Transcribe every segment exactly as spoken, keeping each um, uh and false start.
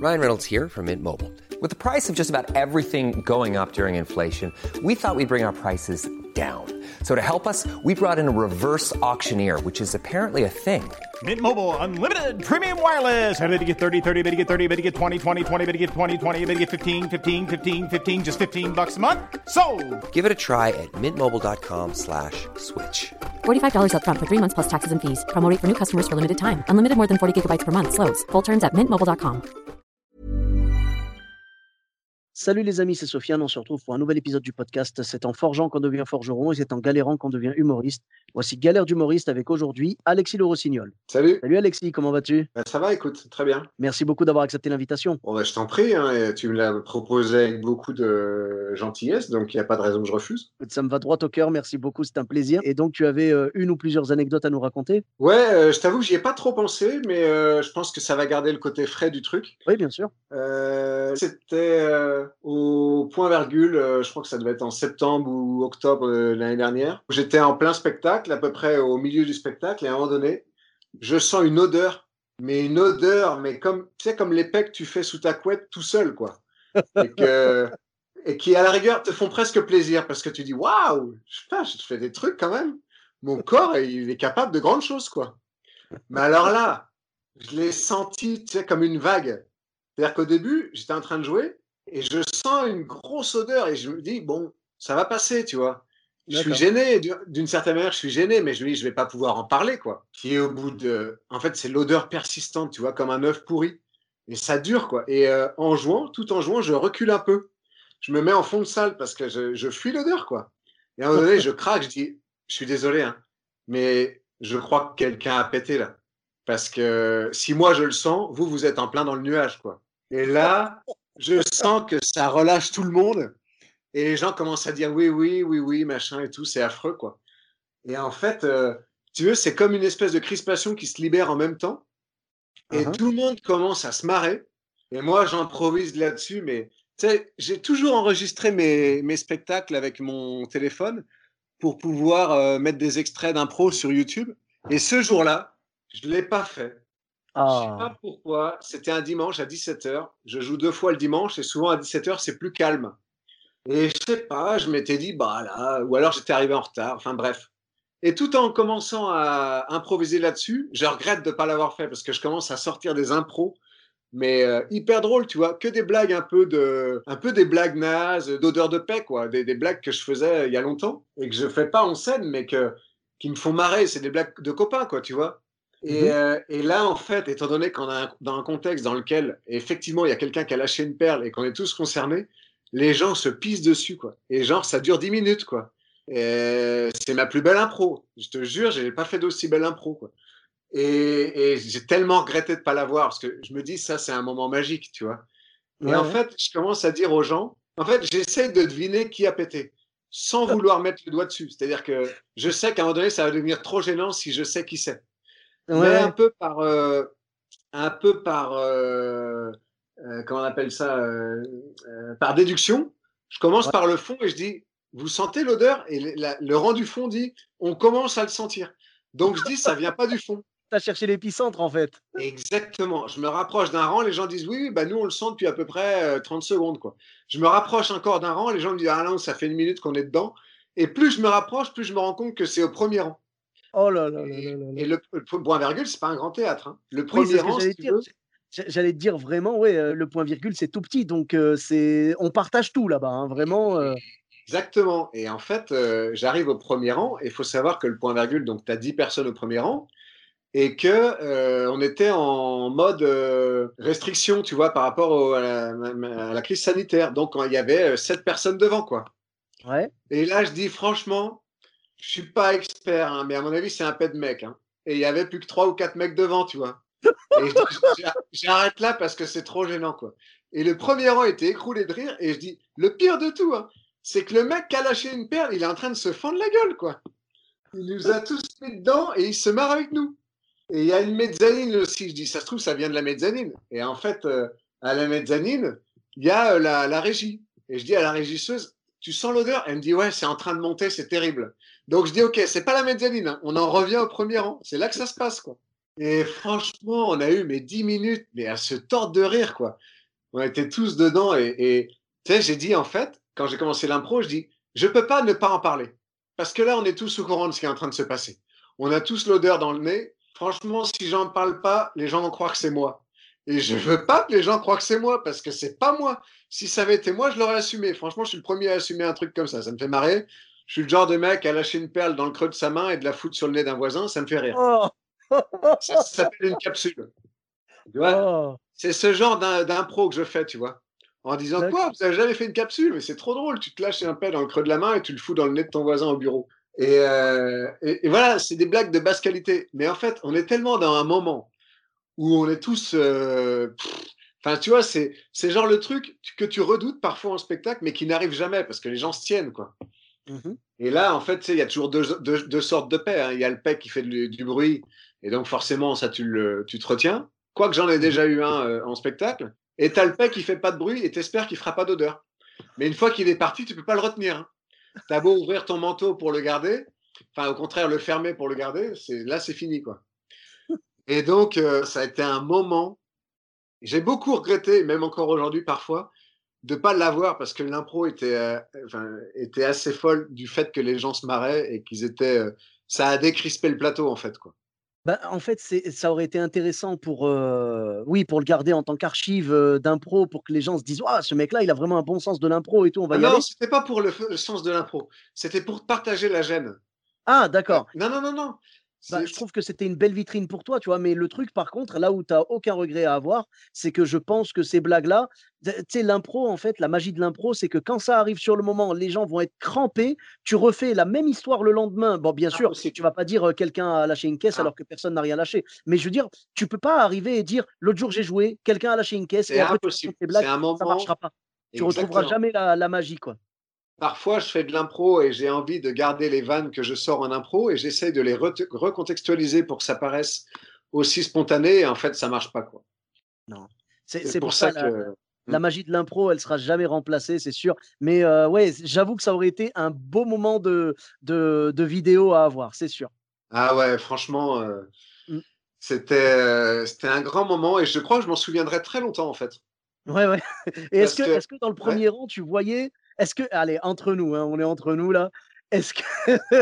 Ryan Reynolds here from Mint Mobile. With the price of just about everything going up during inflation, we thought we'd bring our prices down. So to help us, we brought in a reverse auctioneer, which is apparently a thing. Mint Mobile Unlimited Premium Wireless. How to get thirty, thirty, how to get thirty, how to get twenty, twenty, twenty, how to get twenty, twenty, how to get fifteen, fifteen, fifteen, fifteen, just fifteen bucks a month? Sold! Give it a try at mintmobile.com slash switch. forty-five dollars up front for three months plus taxes and fees. Promo rate for new customers for limited time. Unlimited more than forty gigabytes per month. Slows full terms at mint mobile dot com. Salut les amis, c'est Sofiane, on se retrouve pour un nouvel épisode du podcast. C'est en forgeant qu'on devient forgeron et c'est en galérant qu'on devient humoriste. Voici Galère d'humoriste avec aujourd'hui Alexis Le Rossignol. Salut. Salut Alexis, comment vas-tu? Bah, ça va, écoute, très bien. Merci beaucoup d'avoir accepté l'invitation. Bon, bah, je t'en prie, hein, et tu me l'as proposé avec beaucoup de gentillesse, donc il n'y a pas de raison que je refuse. Ça me va droit au cœur, merci beaucoup, c'est un plaisir. Et donc tu avais euh, une ou plusieurs anecdotes à nous raconter? Ouais, euh, je t'avoue que j'y ai pas trop pensé, mais euh, je pense que ça va garder le côté frais du truc. Oui, bien sûr. Euh, c'était euh, au point virgule, euh, je crois que ça devait être en septembre ou octobre euh, l'année dernière. J'étais en plein spectacle, à peu près au milieu du spectacle, et à un moment donné, je sens une odeur, mais une odeur, mais comme, tu sais, comme l'épée que tu fais sous ta couette tout seul, quoi. Et, que, et qui, à la rigueur, te font presque plaisir, parce que tu dis, waouh, je sais pas, je fais des trucs quand même. Mon corps, il est capable de grandes choses, quoi. Mais alors là, je l'ai senti, tu sais, comme une vague. C'est-à-dire qu'au début, j'étais en train de jouer, et je sens une grosse odeur, et je me dis, bon, ça va passer, tu vois. Je suis gêné, d'une certaine manière, je suis gêné, mais je me dis, je vais pas pouvoir en parler, quoi. Qui est au bout de... En fait, c'est l'odeur persistante, tu vois, comme un œuf pourri. Et ça dure, quoi. Et euh, en jouant, tout en jouant, je recule un peu. Je me mets en fond de salle parce que je, je fuis l'odeur, quoi. Et à un moment donné, je craque, je dis, je suis désolé, hein, mais je crois que quelqu'un a pété, là. Parce que si moi, je le sens, vous, vous êtes en plein dans le nuage, quoi. Et là, je sens que ça relâche tout le monde. Et les gens commencent à dire oui, oui, oui, oui, machin et tout, c'est affreux, quoi. Et en fait, euh, tu veux, c'est comme une espèce de crispation qui se libère en même temps. Et uh-huh. Tout le monde commence à se marrer. Et moi, j'improvise là-dessus, mais tu sais, j'ai toujours enregistré mes, mes spectacles avec mon téléphone pour pouvoir euh, mettre des extraits d'impro sur YouTube. Et ce jour-là, je ne l'ai pas fait. Oh. Je ne sais pas pourquoi. C'était un dimanche à dix-sept heures. Je joue deux fois le dimanche et souvent à dix-sept heures, c'est plus calme. Et je sais pas, je m'étais dit, bah là, ou alors j'étais arrivé en retard, enfin bref. Et tout en commençant à improviser là-dessus, je regrette de ne pas l'avoir fait parce que je commence à sortir des impros, mais euh, hyper drôles, tu vois, que des blagues un peu de, un peu des blagues nazes, d'odeur de paix, quoi, des, des blagues que je faisais il y a longtemps et que je fais pas en scène, mais que, qui me font marrer, c'est des blagues de copains, quoi, tu vois. Et, mm-hmm. euh, et là, en fait, étant donné qu'on a un, dans un contexte dans lequel, effectivement, il y a quelqu'un qui a lâché une perle et qu'on est tous concernés, les gens se pissent dessus, quoi. Et genre, ça dure dix minutes, quoi. Et c'est ma plus belle impro. Je te jure, j'ai pas fait d'aussi belle impro, quoi. Et, et j'ai tellement regretté de pas l'avoir parce que je me dis, ça, c'est un moment magique, tu vois. Ouais, et en ouais. fait, je commence à dire aux gens, en fait, j'essaie de deviner qui a pété sans vouloir mettre le doigt dessus. C'est-à-dire que je sais qu'à un moment donné, ça va devenir trop gênant si je sais qui c'est. Ouais. Mais un peu par, euh, un peu par, euh, Euh, comment on appelle ça, euh, euh, par déduction, je commence ouais. par le fond et je dis, vous sentez l'odeur? Et le, la, le rang du fond dit, on commence à le sentir. Donc je dis, ça vient pas du fond. Tu as cherché l'épicentre en fait. Exactement. Je me rapproche d'un rang, les gens disent, oui, oui bah, nous on le sent depuis à peu près euh, trente secondes. Quoi. Je me rapproche encore d'un rang, les gens me disent, ah non, ça fait une minute qu'on est dedans. Et plus je me rapproche, plus je me rends compte que c'est au premier rang. Oh là là là là là. Et le, le point virgule, c'est pas un grand théâtre. Hein. Le premier oui, rang, si tu dire. veux, J'allais te dire vraiment, ouais, euh, le point virgule, c'est tout petit, donc euh, c'est, on partage tout là-bas, hein, vraiment. Euh... Exactement. Et en fait, euh, j'arrive au premier rang, et il faut savoir que le point virgule, donc tu as dix personnes au premier rang, et que euh, on était en mode euh, restriction, tu vois, par rapport au, à, la, à la crise sanitaire. Donc il y avait sept personnes devant, quoi. Ouais. Et là, je dis franchement, je suis pas expert, hein, mais à mon avis, c'est un pet de mec. Hein. Et il y avait plus que trois ou quatre mecs devant, tu vois. Et je dis, j'arrête là parce que c'est trop gênant, quoi. Et le premier rang était écroulé de rire. Et je dis, le pire de tout, hein, c'est que le mec qui a lâché une perle, il est en train de se fendre la gueule, quoi. Il nous a tous mis dedans et il se marre avec nous. Et il y a une mezzanine aussi. Je dis, ça se trouve, ça vient de la mezzanine. Et en fait, euh, à la mezzanine, il y a euh, la, la régie. Et je dis à la régisseuse, tu sens l'odeur? Elle me dit, ouais, c'est en train de monter, c'est terrible. Donc je dis, ok, c'est pas la mezzanine. Hein. On en revient au premier rang. C'est là que ça se passe, quoi. Et franchement, on a eu mais dix minutes, mais à se tordre de rire, quoi. On était tous dedans et, et tu sais, j'ai dit en fait, quand j'ai commencé l'impro, je dis, je peux pas ne pas en parler. Parce que là, on est tous au courant de ce qui est en train de se passer. On a tous l'odeur dans le nez. Franchement, si j'en parle pas, les gens vont croire que c'est moi. Et je veux pas que les gens croient que c'est moi, parce que c'est pas moi. Si ça avait été moi, je l'aurais assumé. Franchement, je suis le premier à assumer un truc comme ça. Ça me fait marrer. Je suis le genre de mec à lâcher une perle dans le creux de sa main et de la foutre sur le nez d'un voisin. Ça me fait rire. Oh, Ça, ça s'appelle une capsule. Tu vois, oh, c'est ce genre d'im- d'impro que je fais, tu vois. En disant quoi, d'accord. vous avez jamais fait une capsule, mais c'est trop drôle. Tu te lâches un pet dans le creux de la main et tu le fous dans le nez de ton voisin au bureau. Et, euh, et, et voilà, c'est des blagues de basse qualité. Mais en fait, on est tellement dans un moment où on est tous. euh, pff, Enfin, tu vois, c'est, c'est genre le truc que tu redoutes parfois en spectacle, mais qui n'arrive jamais parce que les gens se tiennent, quoi. Mhm. Et là, en fait, tu sais, il y a toujours deux, deux, deux sortes de paix, hein. Il y a le paix qui fait du, du bruit, et donc forcément, ça, tu, le, tu te retiens. Quoique j'en ai Mhm. déjà eu un euh, en spectacle. Et tu as le paix qui fait pas de bruit, et t'espères qu'il fera pas d'odeur. Mais une fois qu'il est parti, tu peux pas le retenir, hein. T'as beau ouvrir ton manteau pour le garder, enfin, au contraire, le fermer pour le garder, c'est, là, c'est fini, quoi. Et donc, euh, ça a été un moment. J'ai beaucoup regretté, même encore aujourd'hui parfois, de pas l'avoir parce que l'impro était, euh, enfin, était assez folle du fait que les gens se marraient et qu'ils étaient. Euh, ça a décrispé le plateau en fait, quoi. Bah, en fait, c'est ça aurait été intéressant pour, heu, oui, pour le garder en tant qu'archive, heu, d'impro pour que les gens se disent: «Waouh, ce mec-là, il a vraiment un bon sens de l'impro et tout, on va Ah y non, aller». c'était pas pour le, le sens de l'impro, c'était pour partager la gêne. Ah Euh, d'accord. non, non, non, non. Bah, C'est, je c'est- trouve que c'était une belle vitrine pour toi, tu vois? Mais le truc, par contre, là où tu as aucun regret à avoir, c'est que je pense que ces blagues-là, tu sais, l'impro, en fait, la magie de l'impro, c'est que quand ça arrive sur le moment, les gens vont être crampés. Tu refais la même histoire le lendemain. Bon, bien sûr, impossible. tu vas pas dire, heu, quelqu'un a lâché une caisse Ah, alors que personne n'a rien lâché. Mais je veux dire, tu peux pas arriver et dire: «L'autre jour, j'ai joué, quelqu'un a lâché une caisse» c'est et après tu racontes impossible. tes C'est blagues, un ça moment marchera pas. Tu retrouveras exactement. jamais la la magie, quoi. Parfois, je fais de l'impro et j'ai envie de garder les vannes que je sors en impro et j'essaye de les re- recontextualiser pour que ça paraisse aussi spontané. Et en fait, ça marche pas, quoi. Non. C'est C'est c'est pour pour ça ça que. la Hmm. la magie de l'impro, elle sera jamais remplacée, c'est sûr. Mais heu, ouais, j'avoue que ça aurait été un beau moment de de de vidéo à avoir, c'est sûr. Ah ouais, franchement, euh, Mmh. c'était euh, c'était un grand moment et je crois que je m'en souviendrai très longtemps en fait. Ouais, ouais. Et est-ce Parce que que, est-ce que dans le ouais, premier rang, tu voyais est-ce que allez, entre nous, hein, on est entre nous là. Est-ce que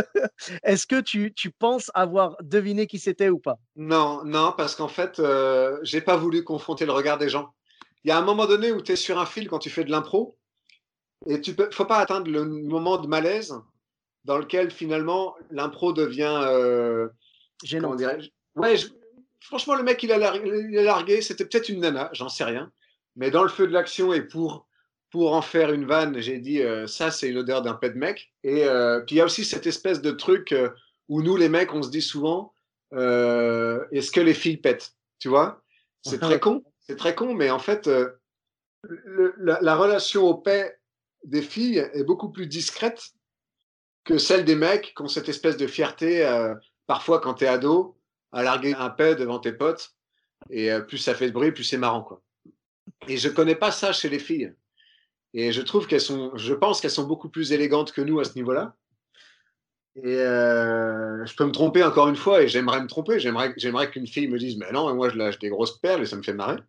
est-ce que tu tu penses avoir deviné qui c'était ou pas? non, non, parce qu'en fait, euh, j'ai pas voulu confronter le regard des gens. Il y a un moment donné où tu es sur un fil quand tu fais de l'impro et tu peux, faut pas atteindre le moment de malaise dans lequel finalement l'impro devient, euh, comment Gênante. dirais-je, ouais, je- franchement, le mec il a, lar- il a largué, c'était peut-être une nana, j'en sais rien, mais dans le feu de l'action et pour, pour en faire une vanne, j'ai dit euh, ça c'est l'odeur d'un pet de mec. Et euh, puis il y a aussi cette espèce de truc euh, où nous les mecs on se dit souvent euh, est-ce que les filles pètent, tu vois? C'est Ouais, très ouais. con, c'est très con, mais en fait euh, le- la, la relation au paix des filles est beaucoup plus discrète que celle des mecs qui ont cette espèce de fierté, euh, parfois quand t'es ado, à larguer un paix devant tes potes. Et euh, plus ça fait de bruit, plus c'est marrant, quoi. Et je connais pas ça chez les filles. Et je trouve qu'elles sont, je pense qu'elles sont beaucoup plus élégantes que nous à ce niveau-là. Et euh, je peux me tromper encore une fois, et j'aimerais me tromper. J'aimerais, j'aimerais qu'une fille me dise, mais non, moi je lâche des grosses perles et ça me fait marrer.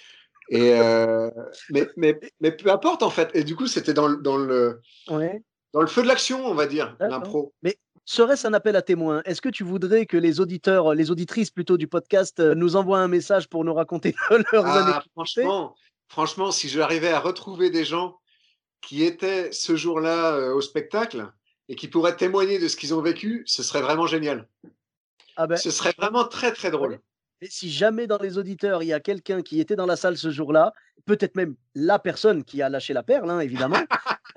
Et euh, mais, mais, mais peu importe en fait. Et du coup, c'était dans, le- dans le, Ouais, dans le feu de l'action, on va dire, d'accord. l'impro. Mais serait-ce un appel à témoins? Est-ce que tu voudrais que les auditeurs, les auditrices plutôt du podcast, heu, nous envoient un message pour nous raconter leurs Ah, anecdotes? franchement, franchement, si j'arrivais à retrouver des gens qui étaient ce jour-là euh, au spectacle et qui pourraient témoigner de ce qu'ils ont vécu, ce serait vraiment génial. Ah ben, Ce serait vraiment très, très drôle. ouais. Et si jamais dans les auditeurs, il y a quelqu'un qui était dans la salle ce jour-là, peut-être même la personne qui a lâché la perle, hein, évidemment.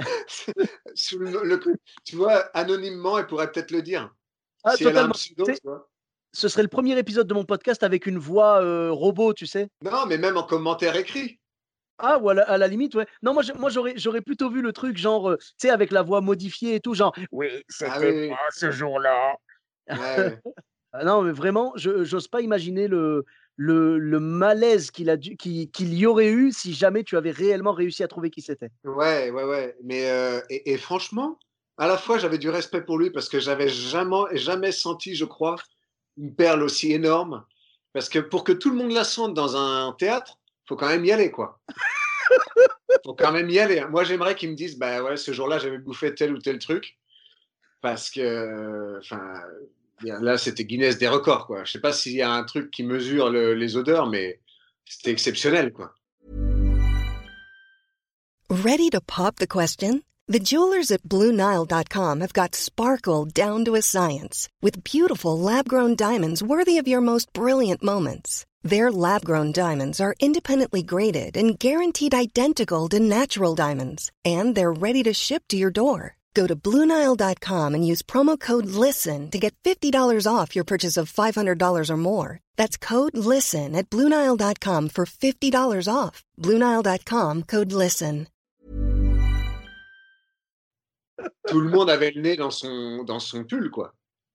Sous le- le- tu vois, anonymement, elle pourrait peut-être le dire. Ah Si elle a un totalement. pseudo, Tu tu sais, vois. ce serait le premier épisode de mon podcast avec une voix, heu, robot, tu sais? Non, mais même en commentaire écrit. Ah ou à la à la limite, ouais. Non, moi je moi j'aurais j'aurais plutôt vu le truc genre, heu, tu sais avec la voix modifiée et tout, genre: «Oui, Ah oui, c'était oui. moi ce jour-là». Ouais, ouais. Ah non, mais vraiment, je j'ose pas imaginer le le le malaise qu'il a dû qu'il qu'il y aurait eu si jamais tu avais réellement réussi à trouver qui c'était. Ouais, ouais, ouais. Mais euh, et, et franchement, à la fois, j'avais du respect pour lui parce que j'avais jamais, jamais senti, je crois, une perle aussi énorme. Parce que pour que tout le monde la sente dans un théâtre, faut quand même y aller, quoi. Faut quand même y aller. Moi, j'aimerais qu'ils me disent, bah ouais, ce jour-là, j'avais bouffé tel ou tel truc, parce que, enfin, là, c'était Guinness des records, quoi. Je sais pas s'il y a un truc qui mesure le, les odeurs, mais c'était exceptionnel, quoi. Ready to pop the question? The jewelers at Blue Nile dot com have got sparkle down to a science with beautiful lab-grown diamonds worthy of your most brilliant moments. Their lab-grown diamonds are independently graded and guaranteed identical to natural diamonds, and they're ready to ship to your door. Go to Blue Nile dot com and use promo code LISTEN to get fifty dollars off your purchase of five hundred dollars or more. That's code LISTEN at Blue Nile dot com for fifty dollars off. Blue Nile dot com, code LISTEN. Tout le monde avait le nez dans son, dans son pull, quoi.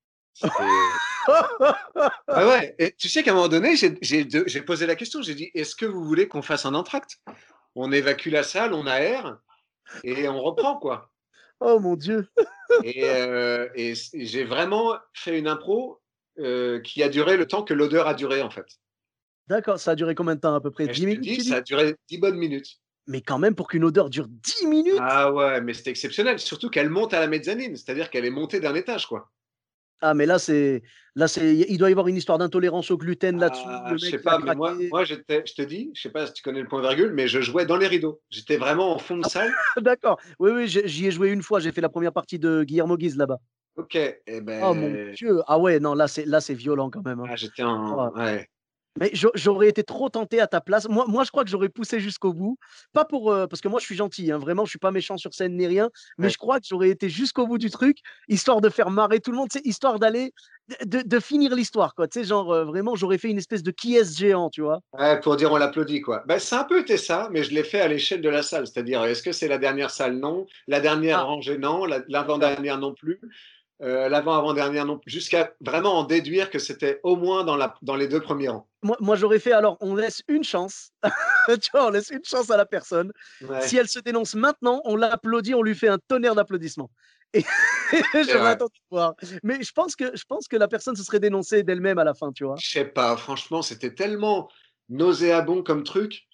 Ah ouais, et tu sais qu'à un moment donné, j'ai, j'ai, j'ai posé la question, j'ai dit, est-ce que vous voulez qu'on fasse un entracte? On évacue la salle, on aère, et on reprend, quoi. Oh mon Dieu. et, euh, et, et j'ai vraiment fait une impro euh, qui a duré le temps que l'odeur a duré, en fait. D'accord, ça a duré combien de temps à peu près? dix minutes dis, ça a duré dix bonnes minutes. Mais quand même, pour qu'une odeur dure dix minutes. Ah ouais, mais c'était exceptionnel, surtout qu'elle monte à la mezzanine, c'est-à-dire qu'elle est montée d'un étage, quoi. Ah, mais là, c'est, là, c'est, il doit y avoir une histoire d'intolérance au gluten là-dessus. Ah, Le je mec, sais il pas, a mais moi, craqué. moi j'étais, je te dis, je sais pas si tu connais le point virgule, mais je jouais dans les rideaux. J'étais vraiment en fond de salle. D'accord. Oui, oui, j'ai- j'y ai joué une fois. J'ai fait la première partie de Guillermo Guise là-bas. Ok, et Oh mon ben, Dieu. Ah ouais, non, là, c'est, là, c'est violent quand même, hein. ah, j'étais en, Oh. ouais. Mais j'a- j'aurais été trop tenté à ta place. Moi, moi, je crois que j'aurais poussé jusqu'au bout. Pas pour, euh, parce que moi, je suis gentil, hein, vraiment, je suis pas méchant sur scène ni rien. Mais Ouais. je crois que j'aurais été jusqu'au bout du truc, histoire de faire marrer tout le monde, tu sais, histoire d'aller, de, de- de finir l'histoire, quoi. Tu sais, genre, euh, vraiment, j'aurais fait une espèce de qui est géant, tu vois. Ouais, pour dire on l'applaudit, quoi. Ben, ça a un peu été ça, mais je l'ai fait à l'échelle de la salle. C'est-à-dire, est-ce que c'est la dernière salle? Non. La dernière Ah, rangée? Non. La- L'avant-dernière non plus. Euh, L'avant-avant-dernière non plus. Jusqu'à vraiment en déduire que c'était au moins dans, la, dans les deux premiers rangs. moi, moi j'aurais fait, alors, on laisse une chance. Tu vois, on laisse une chance à la personne. Ouais, Si elle se dénonce maintenant, on l'applaudit, on lui fait un tonnerre d'applaudissements. Et c'est j'aurais vrai. attendu de voir. Mais je pense que, je pense que la personne se serait dénoncée d'elle-même à la fin, tu vois. Je sais pas, franchement, c'était tellement nauséabond comme truc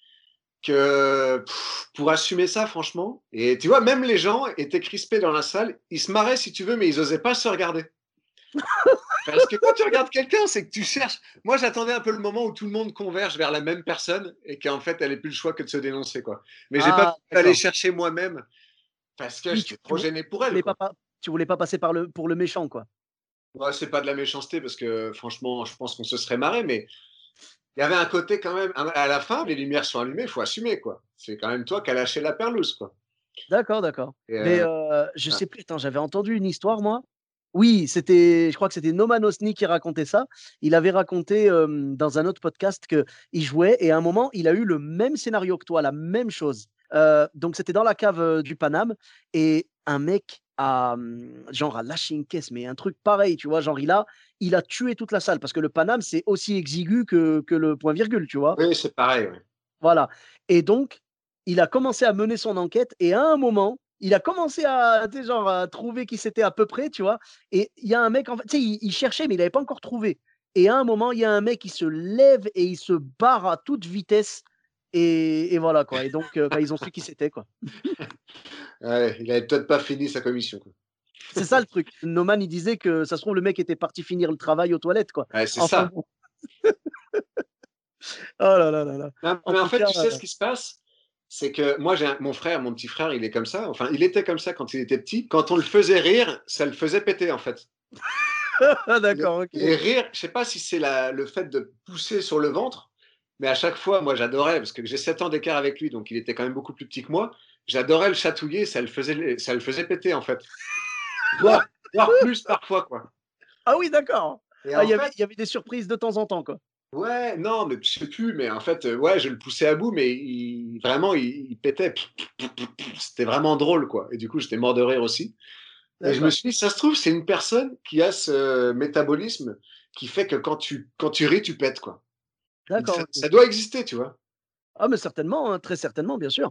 que pff, pour assumer ça, franchement. Et tu vois, même les gens étaient crispés dans la salle. Ils se marraient, si tu veux, mais ils osaient pas se regarder. Parce que quand tu regardes quelqu'un, c'est que tu cherches. Moi, j'attendais un peu le moment où tout le monde converge vers la même personne et qu'en fait, elle n'ait plus le choix que de se dénoncer, quoi. Mais j'ai Ah, pas pu aller d'accord. chercher moi-même parce que Oui, j'étais tu, tu trop vou- gêné pour tu elle, voulais quoi. pas, pa- tu voulais pas passer par le, pour le méchant, quoi. Ouais, c'est pas de la méchanceté parce que franchement, je pense qu'on se serait marré, mais il y avait un côté quand même. À la fin, les lumières sont allumées, il faut assumer, quoi. C'est quand même toi qui as lâché la perlouse, quoi. D'accord, d'accord. Et, Mais euh, euh, je ah, sais plus, attends, j'avais entendu une histoire, moi. Oui, c'était, je crois que c'était Noman Osni qui racontait ça. Il avait raconté euh, dans un autre podcast qu'il jouait et à un moment, il a eu le même scénario que toi, la même chose. Euh, donc, c'était dans la cave euh, du Paname et un mec a, hum, genre, a lâché une caisse, mais un truc pareil, tu vois, genre, il a, il a tué toute la salle parce que le Paname, c'est aussi exigu que, que le point virgule, tu vois. oui, c'est pareil. Ouais. Voilà. Et donc, il a commencé à mener son enquête et à un moment, il a commencé à, tu sais, genre, à trouver qui c'était à peu près, tu vois. Et il y a un mec, en fait, tu sais, il, il cherchait, mais il n'avait pas encore trouvé. Et à un moment, il y a un mec qui se lève et il se barre à toute vitesse. Et, et voilà, quoi. Et donc, euh, bah, ils ont su qui c'était, quoi. Ouais, il avait peut-être pas fini sa commission, quoi. C'est ça le truc. Noman, il disait que ça se trouve, le mec était parti finir le travail aux toilettes, quoi. Ouais, c'est Enfin ça. bon. Oh là là là là. Non, En mais en tout fait, cas, tu sais ce qui se passe, c'est que moi, j'ai un- mon frère, mon petit frère, il est comme ça. Enfin, il était comme ça quand il était petit. Quand on le faisait rire, ça le faisait péter, en fait. ah, Les, d'accord, ok. les rires, je sais pas si c'est la- le fait de pousser sur le ventre, mais à chaque fois, moi, j'adorais, parce que j'ai sept ans d'écart avec lui, donc il était quand même beaucoup plus petit que moi. J'adorais le chatouiller, ça le faisait, ça le faisait péter, en fait. Voire, voire plus parfois, quoi. Ah oui, d'accord. Et Ah, en il y avait, fait, il y avait des surprises de temps en temps, quoi. ouais, non, mais je sais plus, mais en fait, euh, ouais, je le poussais à bout, mais il, vraiment, il, il pétait. C'était vraiment drôle, quoi. Et du coup, j'étais mort de rire aussi. Et je me D'accord. suis dit, ça se trouve, c'est une personne qui a ce métabolisme qui fait que quand tu, quand tu ris, tu pètes, quoi. D'accord, Ça, ok. ça doit exister, tu vois. Ah, mais certainement, hein, très certainement, bien sûr.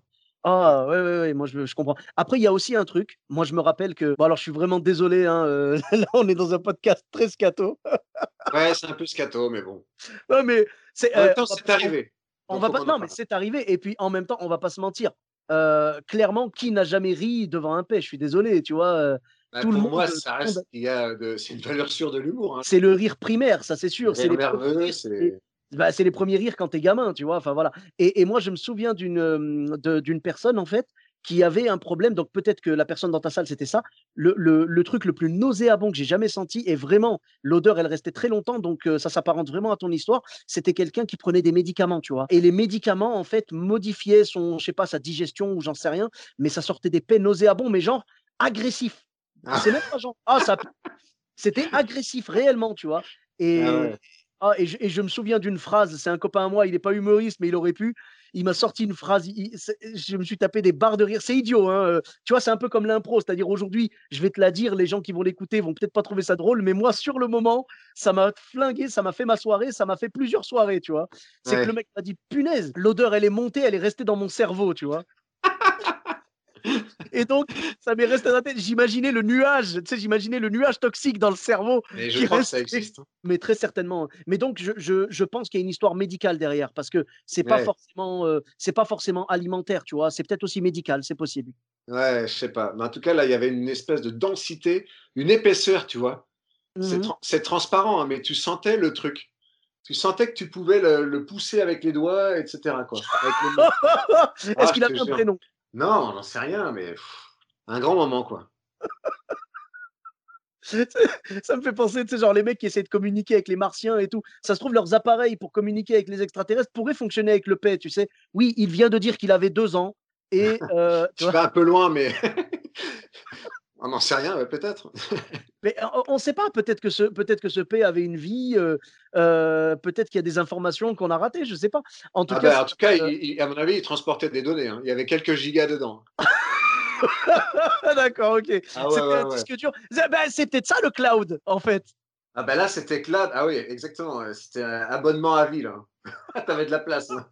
Ah ouais, ouais, ouais, moi je, je comprends. Après, il y a aussi un truc. Moi, je me rappelle que. Bon, alors je suis vraiment désolé. Hein, euh, là, on est dans un podcast très scato. Ouais, c'est un peu scato, mais bon. Non, mais c'est. En même euh, temps, on va c'est pas, on, arrivé. on Donc, va faut pas. qu'on en Non, mais parle. c'est arrivé. Et puis en même temps, on va pas se mentir. Euh, clairement, qui n'a jamais ri devant un paix? Je suis désolé, tu vois. euh, Bah, tout le pour monde, moi, tout ça le monde- reste, il y a de, c'est une valeur sûre de l'humour. Hein. c'est le rire primaire, ça c'est Le sûr. C'est rire les premiers nerveux, rires. C'est c'est. bah, c'est les premiers rires quand t'es gamin, tu vois. Enfin voilà. Et, et moi, je me souviens d'une euh, de- d'une personne en fait qui avait un problème. Donc peut-être que la personne dans ta salle c'était ça. Le, le, le truc le plus nauséabond que j'ai jamais senti et vraiment l'odeur, elle restait très longtemps. Donc euh, ça s'apparente vraiment à ton histoire. C'était quelqu'un qui prenait des médicaments, tu vois. Et les médicaments en fait modifiaient son, je sais pas, sa digestion ou j'en sais rien, mais ça sortait des paix nauséabonds, mais genre agressifs. Ah, C'est même pas genre ah ça c'était agressif réellement, tu vois. ah Et, ouais. ah, et, je, et je me souviens d'une phrase, c'est un copain à moi, il n'est pas humoriste, mais il aurait pu. Il m'a sorti une phrase, il- c'est- je me suis tapé des barres de rire. C'est idiot, hein. euh, Tu vois, c'est un peu comme l'impro, c'est-à-dire aujourd'hui, je vais te la dire, les gens qui vont l'écouter vont peut-être pas trouver ça drôle, mais moi, sur le moment, ça m'a flingué, ça m'a fait ma soirée, ça m'a fait plusieurs soirées, tu vois. C'est que le Ouais. mec m'a dit, punaise, l'odeur, elle est montée, elle est restée dans mon cerveau, tu vois. Et donc, ça m'est resté dans la tête. J'imaginais le nuage, tu sais, j'imaginais le nuage toxique dans le cerveau Et je qui crois que ça restait. existe. Hein. Mais très certainement. Mais donc, je, je, je pense qu'il y a une histoire médicale derrière parce que c'est pas Ouais. forcément, euh, c'est pas forcément alimentaire, tu vois. C'est peut-être aussi médical, c'est possible. Ouais, je sais pas. Mais en tout cas, là, il y avait une espèce de densité, une épaisseur, tu vois. C'est Mhm. tran- c'est transparent, hein, mais tu sentais le truc. Tu sentais que tu pouvais le, le pousser avec les doigts, et cetera, quoi. Avec les mains. Est-ce Ah, qu'il je te avait un jure. prénom? Non, on n'en sait rien, mais pff, un grand moment, quoi. Ça me fait penser, tu sais, genre les mecs qui essaient de communiquer avec les martiens et tout. Ça se trouve, leurs appareils pour communiquer avec les extraterrestres pourraient fonctionner avec le P, tu sais. Oui, il vient de dire qu'il avait deux ans et, euh, tu Tu vois. vas un peu loin, mais on n'en sait rien, ouais, peut-être. Mais on ne sait pas, peut-être que, ce, peut-être que ce P avait une vie, euh, euh, peut-être qu'il y a des informations qu'on a ratées, je ne sais pas. En tout Ah cas, ben, c'est en tout cas, il, euh, il- à mon avis, il transportait des données. Hein. Il y avait quelques gigas dedans. d'accord, ok. Ah ouais, C'était ouais, un ouais. disque dur. C'est ben, c'est peut-être ça le cloud, en fait. Ah ben là, c'était cloud. Ah oui, exactement. ouais. C'était un abonnement à vie, là. T'avais de la place. Là.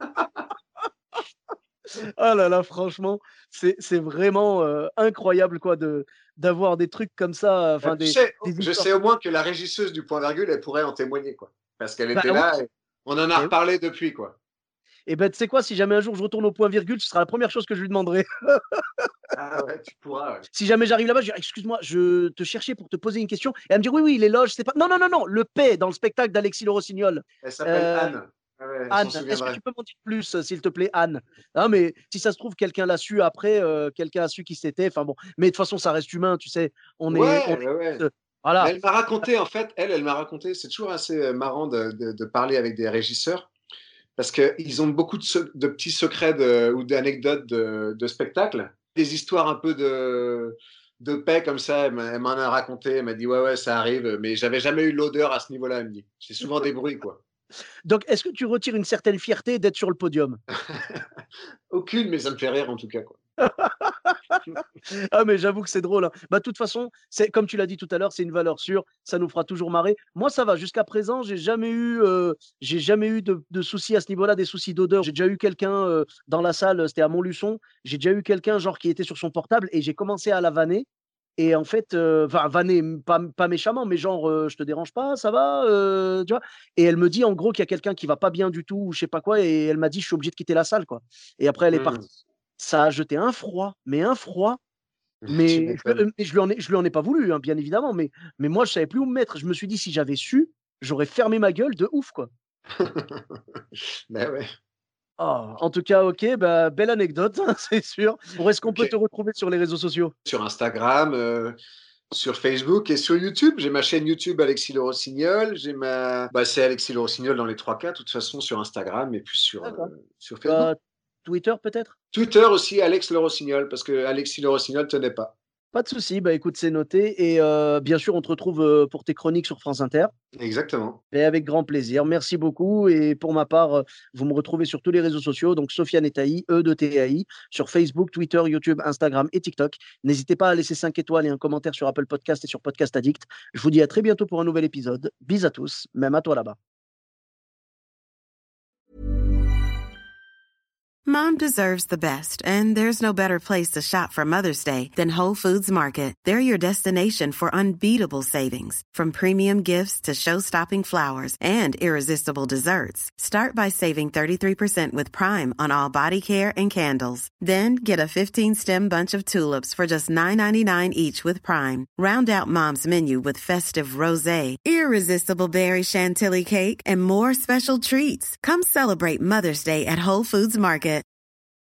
Ah là là, franchement, c'est c'est vraiment euh, incroyable quoi de d'avoir des trucs comme ça, Bah, enfin tu des, sais, des je histoires. sais au moins que la régisseuse du point virgule, elle pourrait en témoigner, quoi. Parce qu'elle Bah était oui, là et on en a mais oui. reparlé depuis, quoi. Et ben tu sais quoi, si jamais un jour je retourne au point virgule, ce sera la première chose que je lui demanderai. Ah ouais, tu pourras. Ouais. Si jamais j'arrive là-bas, je dirai excuse-moi, je te cherchais pour te poser une question. Et elle me dit oui, oui, les loges, c'est pas. Non, non, non, non, le P dans le spectacle d'Alexis Le Rossignol. Elle s'appelle Euh, Anne. Ah ouais, elle s'en Anne, est-ce que souviendrait. tu peux m'en dire plus, euh, s'il te plaît, Anne? Ah, mais si ça se trouve, quelqu'un l'a su après, euh, quelqu'un a su qui c'était. Enfin bon, mais de toute façon, ça reste humain, tu sais. On est, on Ouais, est ouais, ouais. tous, euh, Mais voilà. elle m'a raconté, en fait, elle, elle m'a raconté, c'est toujours assez euh, marrant de, de, de parler avec des régisseurs, parce qu'ils ont beaucoup de, se- de petits secrets de, ou d'anecdotes de, de spectacles, des histoires un peu de, de paix comme ça, elle m'a- elle m'en a raconté, elle m'a dit ouais, ouais, ça arrive, mais j'avais jamais eu l'odeur à ce niveau-là, elle me dit. C'est souvent des bruits, quoi. Donc, est-ce que tu retires une certaine fierté d'être sur le podium? Aucune, mais ça me fait rire en tout cas, quoi. Ah, mais j'avoue que c'est drôle. Hein. Bah, de toute façon, c'est comme tu l'as dit tout à l'heure, c'est une valeur sûre. Ça nous fera toujours marrer. Moi, ça va. Jusqu'à présent, j'ai jamais eu, euh, j'ai jamais eu de, de soucis à ce niveau-là, des soucis d'odeur. J'ai déjà eu quelqu'un euh, dans la salle, c'était à Montluçon. J'ai déjà eu quelqu'un genre qui était sur son portable et j'ai commencé à la vanner. Et en fait, euh, enfin, vanner, pas, pas méchamment, mais genre, euh, je te dérange pas, ça va, euh, tu vois. Et elle me dit en gros qu'il y a quelqu'un qui va pas bien du tout, ou je sais pas quoi, et elle m'a dit, je suis obligé de quitter la salle, quoi. Et après, elle est Hmm. partie. Ça a jeté un froid, mais un froid. Tu Mais je, m'étonnes. euh, je lui en ai, je lui en ai pas voulu, hein, bien évidemment. Mais, mais moi, je savais plus où me mettre. Je me suis dit, si j'avais su, j'aurais fermé ma gueule de ouf, quoi. Ben ouais. Ah, en tout cas, ok, bah, belle anecdote, hein, c'est sûr. Où est-ce qu'on Ok. peut te retrouver sur les réseaux sociaux? Sur Instagram, euh, sur Facebook et sur YouTube. J'ai ma chaîne YouTube Alexis Le Rossignol. J'ai ma, bah, c'est Alexis Le Rossignol dans les trois cas, de toute façon, sur Instagram et puis sur, D'accord. euh, sur Facebook. Euh, Twitter, peut-être? Twitter aussi, Alex Le Rossignol, parce que Alexis Le Rossignol tenait pas. Pas de souci. Bah, écoute, c'est noté. Et euh, bien sûr, on te retrouve euh, pour tes chroniques sur France Inter. Exactement. Et avec grand plaisir. Merci beaucoup. Et pour ma part, euh, vous me retrouvez sur tous les réseaux sociaux. Donc, Sofiane Etaï, E de T A I, sur Facebook, Twitter, YouTube, Instagram et TikTok. N'hésitez pas à laisser cinq étoiles et un commentaire sur Apple Podcast et sur Podcast Addict. Je vous dis à très bientôt pour un nouvel épisode. Bis à tous, même à toi là-bas. Mom deserves the best, and there's no better place to shop for Mother's Day than Whole Foods Market. They're your destination for unbeatable savings, from premium gifts to show-stopping flowers and irresistible desserts. Start by saving thirty-three percent with Prime on all body care and candles. Then get a fifteen-stem bunch of tulips for just nine ninety-nine each with Prime. Round out Mom's menu with festive rosé, irresistible berry chantilly cake, and more special treats. Come celebrate Mother's Day at Whole Foods Market.